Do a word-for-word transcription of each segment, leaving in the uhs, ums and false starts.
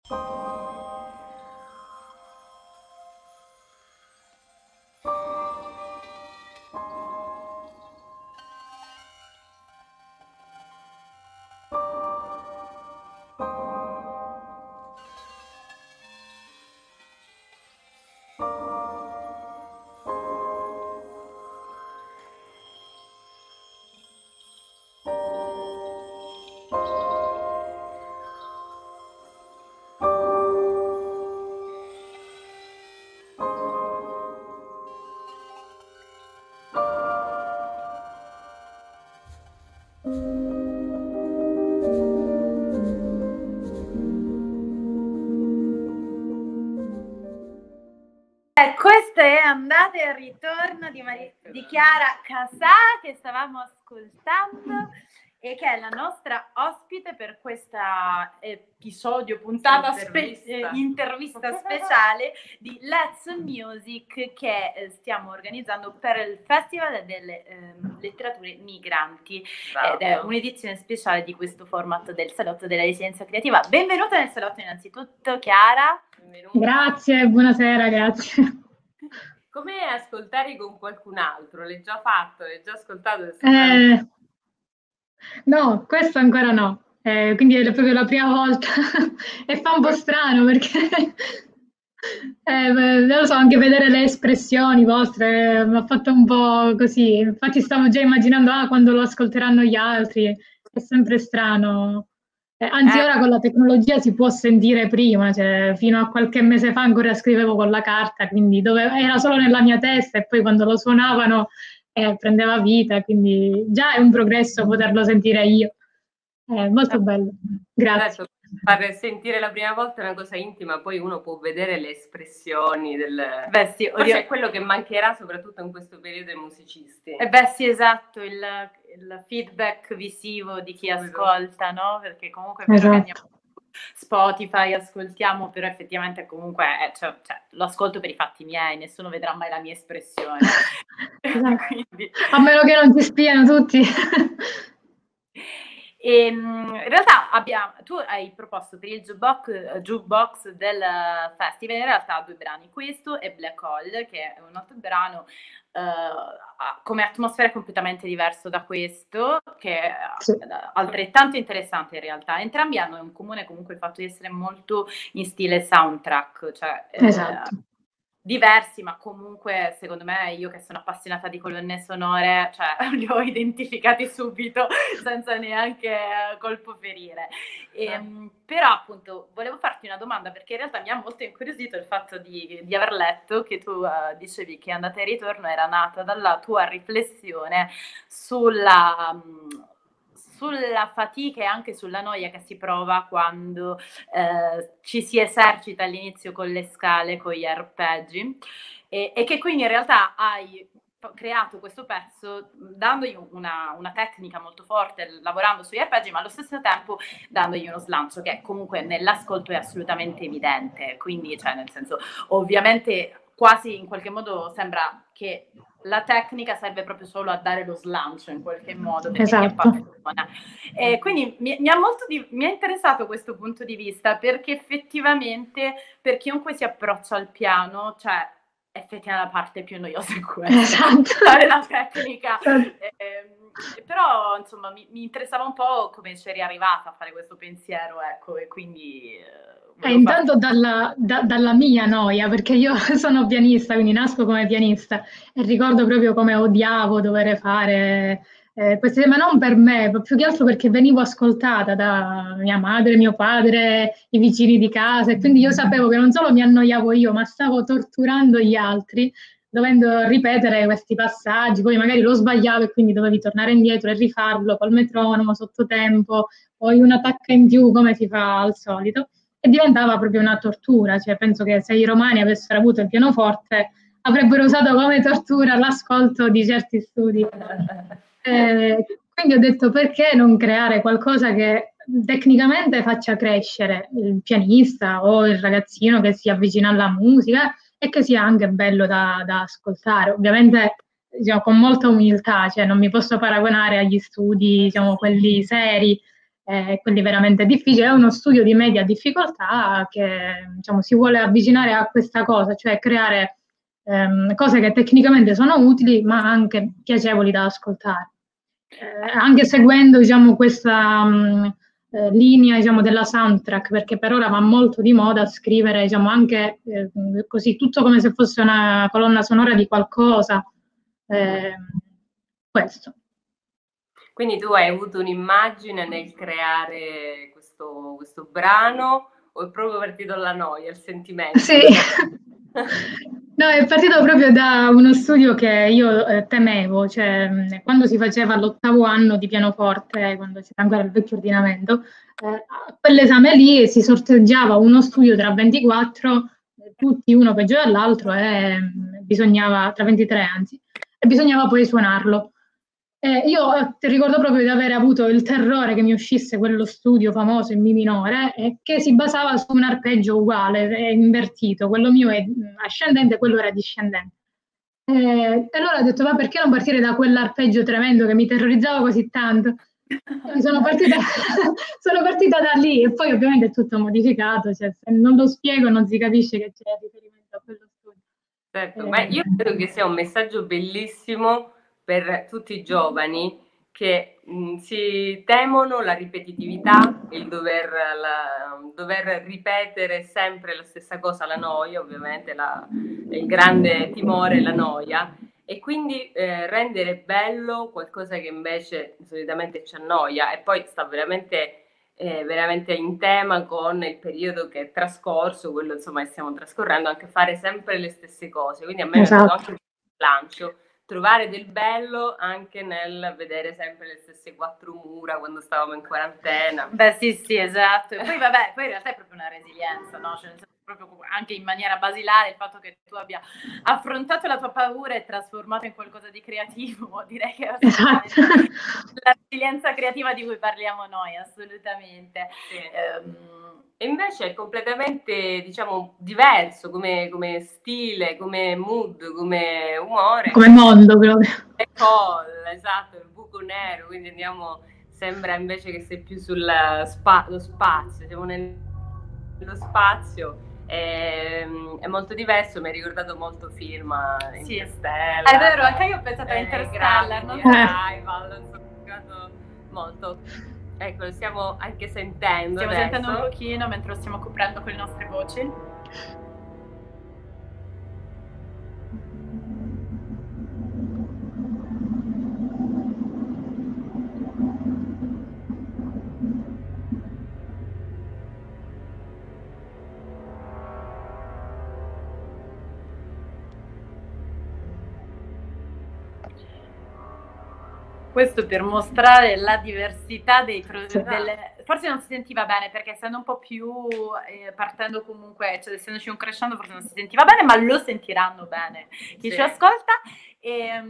Eh, questo è Andata e ritorno di, Mari- di Chiara Casà, che stavamo ascoltando e che è la nostra ospite per questo episodio, puntata, intervista. Spe- eh, intervista speciale di Let's Music che eh, stiamo organizzando per il Festival delle eh, Letterature Migranti. Bravo. Ed è un'edizione speciale di questo format del Salotto della Licenza Creativa. Benvenuta nel Salotto innanzitutto, Chiara. Benvenuta. Grazie, buonasera, grazie. Com'è ascoltare con qualcun altro? L'hai già fatto? L'hai già ascoltato? Eh, no, questo ancora no, eh, quindi è proprio la prima volta e fa un po' strano perché, eh, non lo so, anche vedere le espressioni vostre eh, mi ha fatto un po' così, infatti stavo già immaginando, ah, quando lo ascolteranno gli altri, è sempre strano. Eh, anzi, Eh. ora con la tecnologia si può sentire prima, cioè fino a qualche mese fa ancora scrivevo con la carta, quindi dove, era solo nella mia testa e poi quando lo suonavano eh, prendeva vita, quindi già è un progresso poterlo sentire io. È molto bello, grazie. Far sentire la prima volta è una cosa intima, poi uno può vedere le espressioni del... Beh sì, forse è quello che mancherà soprattutto in questo periodo ai musicisti. Eh beh sì, esatto, il, il feedback visivo di chi ascolta, no? Perché comunque è vero esatto. che andiamo su Spotify, ascoltiamo, però effettivamente comunque eh, cioè, cioè, lo ascolto per i fatti miei, nessuno vedrà mai la mia espressione. Esatto. Quindi... A meno che non ti spiano tutti. E, in realtà abbiamo, tu hai proposto per il jukebox, jukebox del festival in realtà due brani, questo e Black Hole, che è un altro brano uh, come atmosfera completamente diverso da questo, che è sì. altrettanto interessante in realtà. Entrambi hanno in comune comunque il fatto di essere molto in stile soundtrack, cioè esatto. eh, diversi, ma comunque secondo me, io che sono appassionata di colonne sonore, cioè li ho identificati subito senza neanche colpo ferire. E, um, però appunto volevo farti una domanda, perché in realtà mi ha molto incuriosito il fatto di, di aver letto che tu uh, dicevi che Andata e ritorno era nata dalla tua riflessione sulla... Um, sulla fatica e anche sulla noia che si prova quando eh, ci si esercita all'inizio con le scale, con gli arpeggi, e, e che quindi in realtà hai creato questo pezzo dandogli una, una tecnica molto forte, lavorando sugli arpeggi, ma allo stesso tempo dandogli uno slancio che comunque nell'ascolto è assolutamente evidente, quindi cioè nel senso ovviamente quasi in qualche modo sembra che la tecnica serve proprio solo a dare lo slancio in qualche modo perché esatto. ti appassiona. E quindi mi, mi ha molto di, mi ha interessato questo punto di vista, perché effettivamente per chiunque si approccia al piano, cioè effettivamente la parte più noiosa è questa, esatto. fare la tecnica. Eh, però insomma mi, mi interessava un po' come ci eri arrivata a fare questo pensiero, ecco, e quindi eh, eh, intanto dalla, da, dalla mia noia, perché io sono pianista, quindi nasco come pianista e ricordo proprio come odiavo dover fare eh, queste, ma non per me, più che altro perché venivo ascoltata da mia madre, mio padre, i vicini di casa, e quindi io sapevo che non solo mi annoiavo io, ma stavo torturando gli altri dovendo ripetere questi passaggi, poi magari lo sbagliavo e quindi dovevi tornare indietro e rifarlo col metronomo, sottotempo, poi una tacca in più come si fa al solito, e diventava proprio una tortura, cioè penso che se i romani avessero avuto il pianoforte avrebbero usato come tortura l'ascolto di certi studi. Eh, quindi ho detto perché non creare qualcosa che tecnicamente faccia crescere il pianista o il ragazzino che si avvicina alla musica e che sia anche bello da, da ascoltare, ovviamente diciamo, con molta umiltà, cioè non mi posso paragonare agli studi, diciamo, quelli seri, eh, quelli veramente difficili. È uno studio di media difficoltà che, diciamo, si vuole avvicinare a questa cosa, cioè creare ehm, cose che tecnicamente sono utili ma anche piacevoli da ascoltare. Eh, anche seguendo, diciamo, questa mh, eh, linea, diciamo, della soundtrack, perché per ora va molto di moda scrivere, diciamo, anche eh, così, tutto come se fosse una colonna sonora di qualcosa. Eh, questo. Quindi tu hai avuto un'immagine nel creare questo, questo brano o è proprio partito dalla noia, il sentimento? Sì. No, è partito proprio da uno studio che io eh, temevo, cioè mh, quando si faceva l'ottavo anno di pianoforte, quando c'era ancora il vecchio ordinamento, eh, a quell'esame lì si sorteggiava uno studio tra ventiquattro, eh, tutti uno peggio dell'altro, e mh, bisognava, tra ventitré anzi, e bisognava poi suonarlo. Eh, io eh, ti ricordo proprio di aver avuto il terrore che mi uscisse quello studio famoso in Mi minore, eh, che si basava su un arpeggio uguale, è invertito, quello mio è ascendente, quello era discendente. Eh, e allora ho detto, ma perché non partire da quell'arpeggio tremendo che mi terrorizzava così tanto? E sono partita, sono partita da lì e poi ovviamente è tutto modificato, cioè, se non lo spiego non si capisce che c'è riferimento a quello studio. Certo, Eh, ma io credo che sia un messaggio bellissimo per tutti i giovani che mh, si temono la ripetitività, il dover, la, dover ripetere sempre la stessa cosa, la noia ovviamente, la, il grande timore, la noia, e quindi eh, rendere bello qualcosa che invece solitamente ci annoia e poi sta veramente... Eh, veramente in tema con il periodo che è trascorso, quello insomma che stiamo trascorrendo, anche fare sempre le stesse cose. Quindi a me esatto. mi ha dato anche un lancio, trovare del bello anche nel vedere sempre le stesse quattro mura quando stavamo in quarantena. Beh sì sì, esatto. E poi vabbè, poi in realtà è proprio una resilienza, no? Cioè, proprio anche in maniera basilare il fatto che tu abbia affrontato la tua paura e trasformato in qualcosa di creativo, direi che è esatto. la resilienza creativa di cui parliamo noi, assolutamente. Sì. Um, e invece è completamente, diciamo, diverso come, come stile, come mood, come umore. Come mondo proprio. È cool, esatto, il buco nero, quindi andiamo, sembra invece che sei più sullo spa, spazio, siamo nello spazio. È, è molto diverso, mi ha ricordato molto film sì. Interstellar. È vero, anche io ho pensato a eh, Interstellar, non so. Arrival, ho giocato molto. Ecco, lo stiamo anche sentendo Stiamo adesso. sentendo un pochino mentre lo stiamo coprendo con le nostre voci. Questo per mostrare la diversità dei prodotti, delle... forse non si sentiva bene perché essendo un po' più eh, partendo comunque, cioè essendoci un crescendo forse non si sentiva bene, ma lo sentiranno bene chi sì. ci ascolta, e,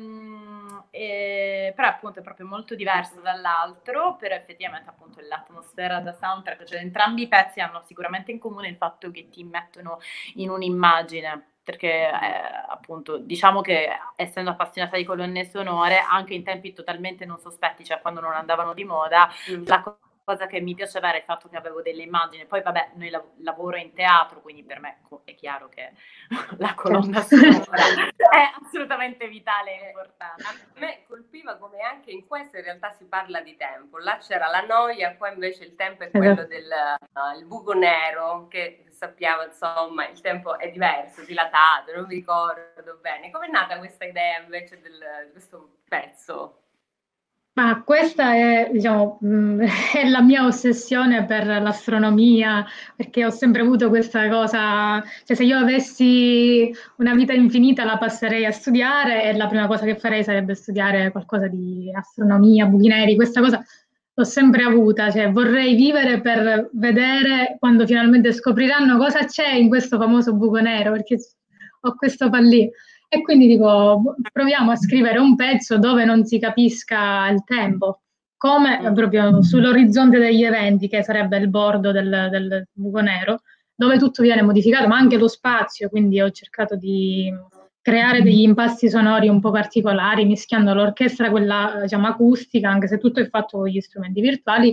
e, però appunto è proprio molto diverso dall'altro, però effettivamente appunto l'atmosfera da soundtrack, cioè entrambi i pezzi hanno sicuramente in comune il fatto che ti mettono in un'immagine. Perché eh, appunto diciamo che essendo appassionata di colonne sonore anche in tempi totalmente non sospetti, cioè quando non andavano di moda, mm. la co- cosa che mi piaceva era il fatto che avevo delle immagini. Poi vabbè, noi lav- lavoro in teatro, quindi per me è chiaro che la colonna sonora è assolutamente vitale e importante. A me colpiva come anche in questo in realtà si parla di tempo, là c'era la noia, qua invece il tempo è quello del uh, il buco nero, che sappiamo insomma il tempo è diverso, dilatato, non mi ricordo bene. Com'è nata questa idea invece del, di questo pezzo? Ma questa è, diciamo, mh, è la mia ossessione per l'astronomia, perché ho sempre avuto questa cosa, cioè se io avessi una vita infinita la passerei a studiare e la prima cosa che farei sarebbe studiare qualcosa di astronomia, buchi neri, questa cosa l'ho sempre avuta, cioè vorrei vivere per vedere quando finalmente scopriranno cosa c'è in questo famoso buco nero, perché ho questo pallino. E quindi dico, proviamo a scrivere un pezzo dove non si capisca il tempo, come proprio sull'orizzonte degli eventi, che sarebbe il bordo del, del buco nero, dove tutto viene modificato, ma anche lo spazio, quindi ho cercato di creare degli impasti sonori un po' particolari, mischiando l'orchestra, quella diciamo acustica, anche se tutto è fatto con gli strumenti virtuali,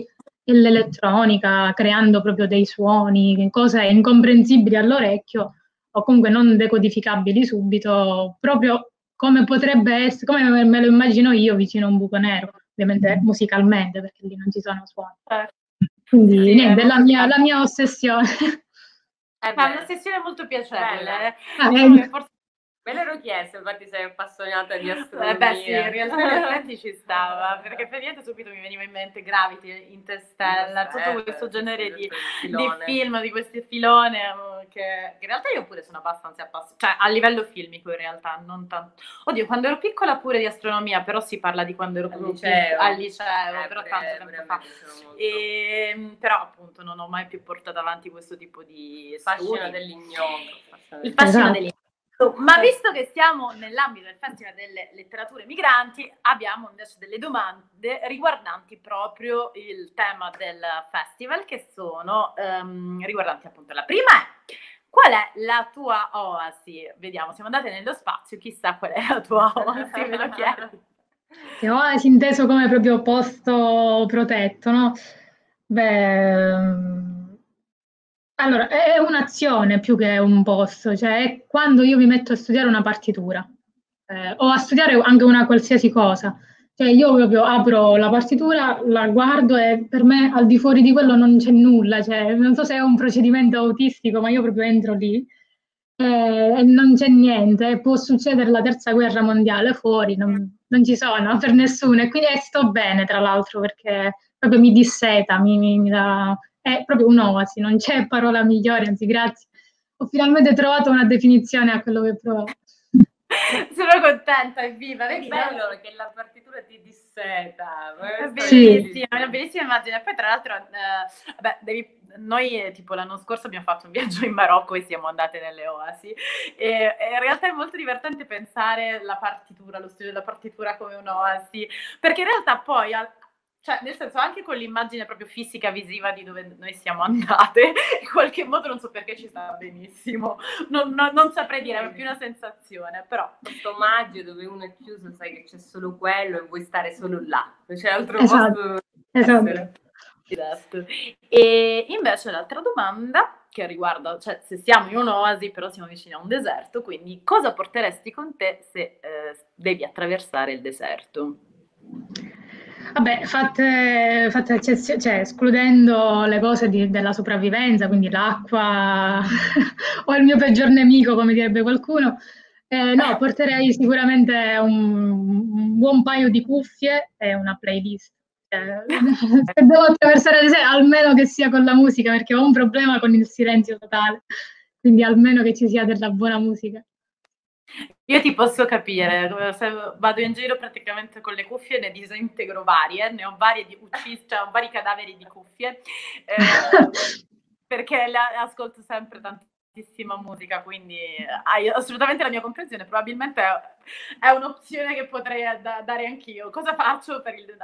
e l'elettronica, creando proprio dei suoni, cose incomprensibili all'orecchio o comunque non decodificabili subito, proprio come potrebbe essere, come me lo immagino io vicino a un buco nero, ovviamente musicalmente, perché lì non ci sono suoni. Quindi sì, niente, è la mia, la mia ossessione. È un'ossessione molto piacevole. Ah, diciamo eh. che forse Me l'ero chiesto, infatti sei appassionata di astronomia. Eh beh sì, in realtà in effetti ci stava, perché effettivamente subito mi veniva in mente Gravity, Interstellar, tutto questo genere di, di film, di questi filone, che in realtà io pure sono abbastanza appassionata, cioè a livello filmico in realtà, non tanto. Oddio, quando ero piccola pure di astronomia, però si parla di quando ero al più liceo, al liceo eh, però pure, tanto tempo fa. E, però appunto non ho mai più portato avanti questo tipo di il fascino studi. dell'ignoto. Il fascino dell'ignoto. Ma visto che siamo nell'ambito del Festival delle Letterature Migranti, abbiamo invece delle domande riguardanti proprio il tema del festival, che sono um, riguardanti appunto la prima è: qual è la tua oasi? Vediamo, siamo andate nello spazio, chissà qual è la tua oasi, me lo chiedo. Che oasi inteso come proprio posto protetto, no? Beh... Allora, è un'azione più che un posto, cioè è quando io mi metto a studiare una partitura eh, o a studiare anche una qualsiasi cosa. Cioè io proprio apro la partitura, la guardo e per me al di fuori di quello non c'è nulla. Cioè, non so se è un procedimento autistico, ma io proprio entro lì e, e non c'è niente. Può succedere la terza guerra mondiale fuori, non, non ci sono per nessuno. E quindi e sto bene, tra l'altro, perché proprio mi disseta, mi, mi, mi dà... È proprio un'oasi, non c'è parola migliore, anzi grazie. Ho finalmente trovato una definizione a quello che provo. Sono contenta, evviva, vedi? È bello che la partitura ti disseta. È bellissima, è una bellissima immagine. Poi tra l'altro, eh, vabbè, devi, noi tipo l'anno scorso abbiamo fatto un viaggio in Marocco e siamo andate nelle oasi e, e in realtà è molto divertente pensare la partitura, lo studio della partitura come un'oasi, perché in realtà poi... Al, cioè, nel senso, anche con l'immagine proprio fisica visiva di dove noi siamo andate, in qualche modo non so perché ci sta benissimo, non, non, non saprei dire, è più una sensazione, però... Questo omaggio dove uno è chiuso, sai che c'è solo quello e vuoi stare solo là, non c'è altro esatto, posto. Esatto. Esatto. E invece l'altra domanda, che riguarda, cioè se siamo in un'oasi, però siamo vicini a un deserto, quindi cosa porteresti con te se eh, devi attraversare il deserto? Vabbè, fatte, fatte eccezioni, cioè escludendo le cose di, della sopravvivenza, quindi l'acqua o il mio peggior nemico, come direbbe qualcuno, eh, no, porterei sicuramente un, un buon paio di cuffie e una playlist. Eh, se devo attraversare le sere, almeno che sia con la musica, perché ho un problema con il silenzio totale, quindi almeno che ci sia della buona musica. Io ti posso capire, se vado in giro praticamente con le cuffie ne disintegro varie, ne ho varie di uccise, cioè ho vari cadaveri di cuffie, eh, perché la, ascolto sempre tantissima musica, quindi hai assolutamente la mia comprensione, probabilmente è, è un'opzione che potrei da, dare anch'io. Cosa faccio per il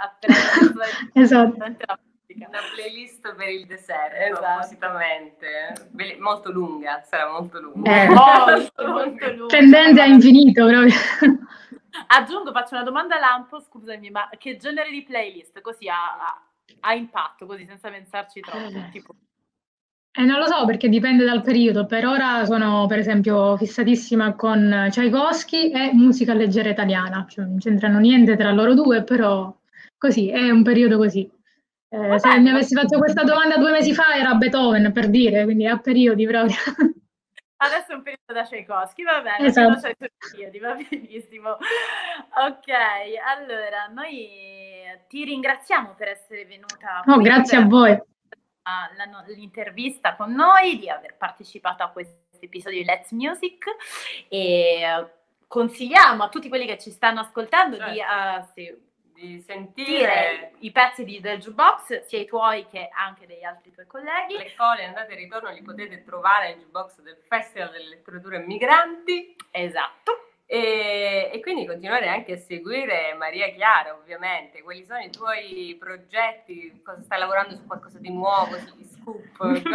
esatto. Una playlist per il deserto, esatto. Appositamente, molto lunga, sarà molto lunga. Eh, molto, molto lunga. Tendente a infinito proprio. Aggiungo, faccio una domanda lampo, scusami, ma che genere di playlist? Così a, a, a impatto, così senza pensarci troppo, tipo... Eh, non lo so perché dipende dal periodo. Per ora sono per esempio fissatissima con Tchaikovsky e musica leggera italiana, cioè, non c'entrano niente tra loro due, però così, è un periodo così. Eh, se mi avessi fatto questa domanda due mesi fa era Beethoven, per dire, quindi a periodi proprio. Adesso è un periodo da Tchaikovsky, va bene, esatto. c'è i suoi periodi, va benissimo. Ok, allora noi ti ringraziamo per essere venuta. Oh, grazie a voi. L'intervista con noi, di aver partecipato a questo episodio di Let's Music e consigliamo a tutti quelli che ci stanno ascoltando certo. di, uh, sì, di sentire i pezzi di, del jukebox, sia i tuoi che anche degli altri tuoi colleghi. Le cole andate e ritorno li potete trovare nel jukebox del Festival delle Letterature Migranti. Esatto. E, e quindi continuare anche a seguire Maria Chiara, ovviamente. Quali sono i tuoi progetti? Cosa stai lavorando su qualcosa di nuovo, sugli scoop?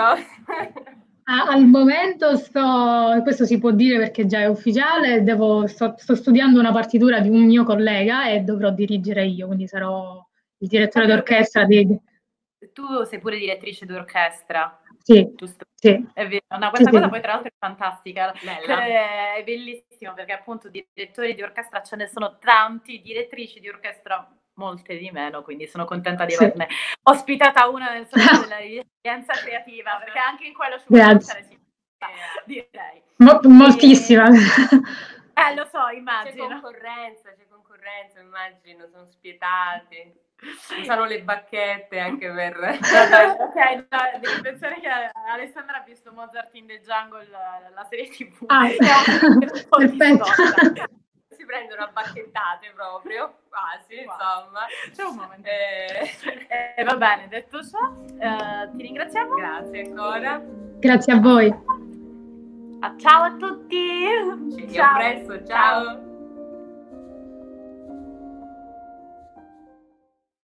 Al momento sto, questo si può dire perché già è ufficiale, devo, sto, sto studiando una partitura di un mio collega e dovrò dirigere io, quindi sarò il direttore d'orchestra di... tu sei pure direttrice d'orchestra. Sì, giusto? sì. È vero. No, questa Sì, cosa sì. poi tra l'altro è fantastica, Bella. è bellissimo perché appunto direttori di orchestra ce ne sono tanti, direttrici di orchestra molte di meno, quindi sono contenta di Sì. averne ospitata una nel salone della resilienza creativa, perché anche in quello ci vuole Grazie. essere direi. Mo- moltissima. E... Eh, lo so, immagino. C'è concorrenza, c'è concorrenza, immagino, sono spietati. Usano le bacchette anche per... Ok, no, devi pensare che Alessandra ha visto Mozart in the Jungle, la, la serie tivù. Ah, perfetto. Si prendono a bacchettate proprio, quasi, insomma. C'è un momento. Eh... Eh, va bene, detto ciò, eh, ti ringraziamo. Grazie ancora. Grazie a voi. Ah, ciao a tutti. Ci vediamo presto, ciao.